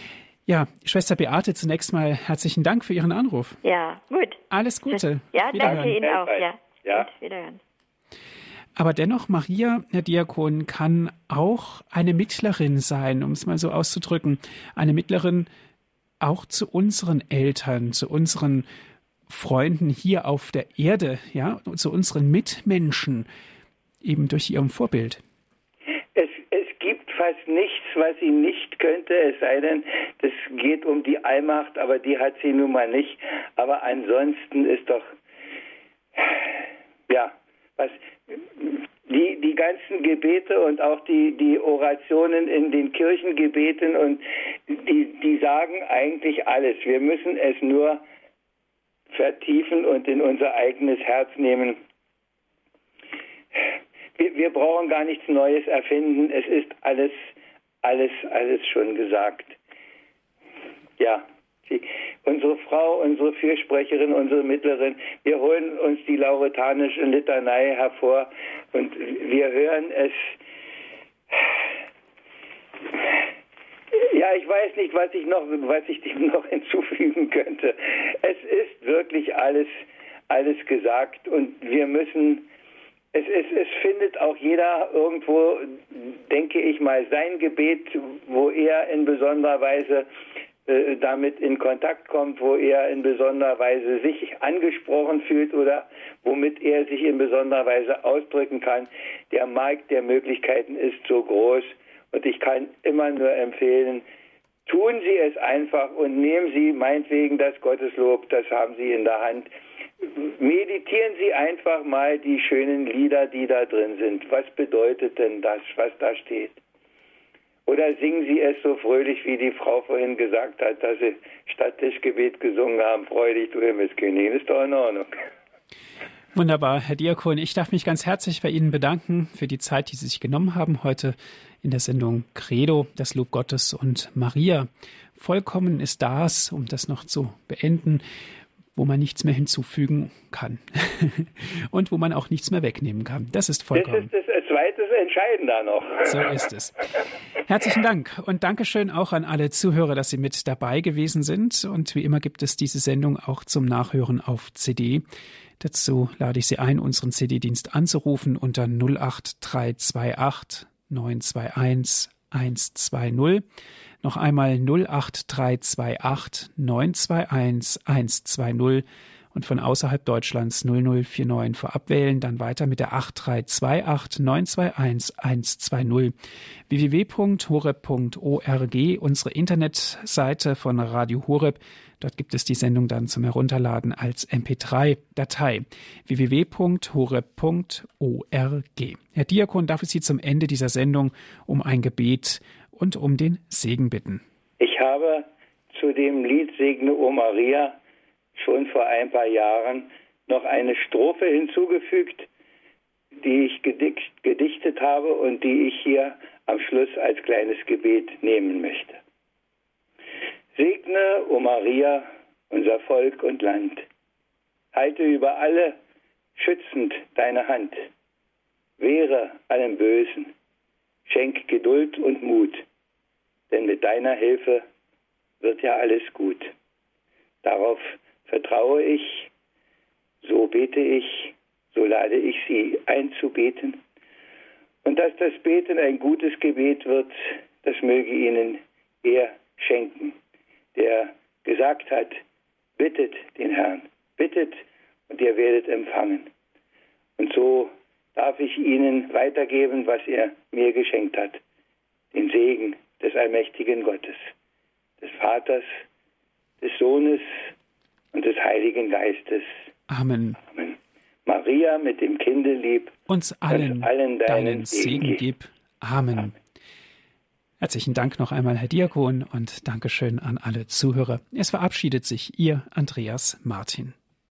Ja, Schwester Beate, zunächst mal herzlichen Dank für Ihren Anruf. Ja, gut. Alles Gute. Ja, danke Ihnen auch. Ja, ja. Wiederhören. Aber dennoch, Maria, Herr Diakon, kann auch eine Mittlerin sein, um es mal so auszudrücken. Eine Mittlerin auch zu unseren Eltern, zu unseren Freunden hier auf der Erde, ja, zu unseren Mitmenschen, eben durch ihrem Vorbild. Es, es gibt fast nichts, was sie nicht könnte, es sei denn, das geht um die Allmacht, aber die hat sie nun mal nicht. Aber ansonsten ist doch, ja, was, die, die ganzen Gebete und auch die, die Orationen in den Kirchengebeten, und die, die sagen eigentlich alles. Wir müssen es nur vertiefen und in unser eigenes Herz nehmen. Wir, wir brauchen gar nichts Neues erfinden. Es ist alles, alles, alles schon gesagt. Ja, die, unsere Frau, unsere Fürsprecherin, unsere Mittlerin, wir holen uns die lauretanische Litanei hervor und wir hören es. Ja, ich weiß nicht, was ich noch, was ich dem noch hinzufügen könnte. Es ist wirklich alles, alles gesagt, und wir müssen. Es, es, es findet auch jeder irgendwo, denke ich mal, sein Gebet, wo er in besonderer Weise äh, damit in Kontakt kommt, wo er in besonderer Weise sich angesprochen fühlt oder womit er sich in besonderer Weise ausdrücken kann. Der Markt der Möglichkeiten ist so groß, und ich kann immer nur empfehlen, tun Sie es einfach und nehmen Sie meinetwegen das Gotteslob, das haben Sie in der Hand. Meditieren Sie einfach mal die schönen Lieder, die da drin sind. Was bedeutet denn das, was da steht? Oder singen Sie es so fröhlich, wie die Frau vorhin gesagt hat, dass Sie statt Tischgebet gesungen haben, freu dich, du Himmelskönigin. Ist doch in Ordnung. Wunderbar, Herr Diakon. Ich darf mich ganz herzlich bei Ihnen bedanken für die Zeit, die Sie sich genommen haben heute in der Sendung Credo, das Lob Gottes und Maria. Vollkommen ist das, um das noch zu beenden, wo man nichts mehr hinzufügen kann und wo man auch nichts mehr wegnehmen kann. Das ist vollkommen. Das ist das Zweite Entscheidende noch. So ist es. Herzlichen Dank und Dankeschön auch an alle Zuhörer, dass Sie mit dabei gewesen sind. Und wie immer gibt es diese Sendung auch zum Nachhören auf C D. Dazu lade ich Sie ein, unseren C D-Dienst anzurufen unter null acht drei zwei acht neun zwei eins eins zwei null. Noch einmal null acht drei zwei acht neun zwei eins eins zwei null. und von außerhalb Deutschlands null null vier neun vorab wählen, dann weiter mit der acht drei zwei acht neun zwei eins eins zwei null. w w w punkt horeb punkt org, unsere Internetseite von Radio Horeb. Dort gibt es die Sendung dann zum Herunterladen als M P drei Datei. w w w punkt horeb punkt org. Herr Diakon, darf ich Sie zum Ende dieser Sendung um ein Gebet und um den Segen bitten. Ich habe zu dem Lied Segne, O Maria, schon vor ein paar Jahren noch eine Strophe hinzugefügt, die ich gedicht, gedichtet habe und die ich hier am Schluss als kleines Gebet nehmen möchte. Segne, O Maria, unser Volk und Land. Halte über alle schützend deine Hand. Wehre allem Bösen. Schenk Geduld und Mut. Denn mit deiner Hilfe wird ja alles gut. Darauf vertraue ich, so bete ich, so lade ich Sie ein zu beten. Und dass das Beten ein gutes Gebet wird, das möge Ihnen er schenken, der gesagt hat, bittet den Herrn, bittet und ihr werdet empfangen. Und so darf ich Ihnen weitergeben, was er mir geschenkt hat, den Segen des allmächtigen Gottes, des Vaters, des Sohnes und des Heiligen Geistes. Amen. Amen. Maria mit dem Kinde lieb, uns allen, allen deinen, deinen Segen, Segen gib. Amen. Amen. Herzlichen Dank noch einmal, Herr Diakon, und Dankeschön an alle Zuhörer. Es verabschiedet sich Ihr Andreas Martin.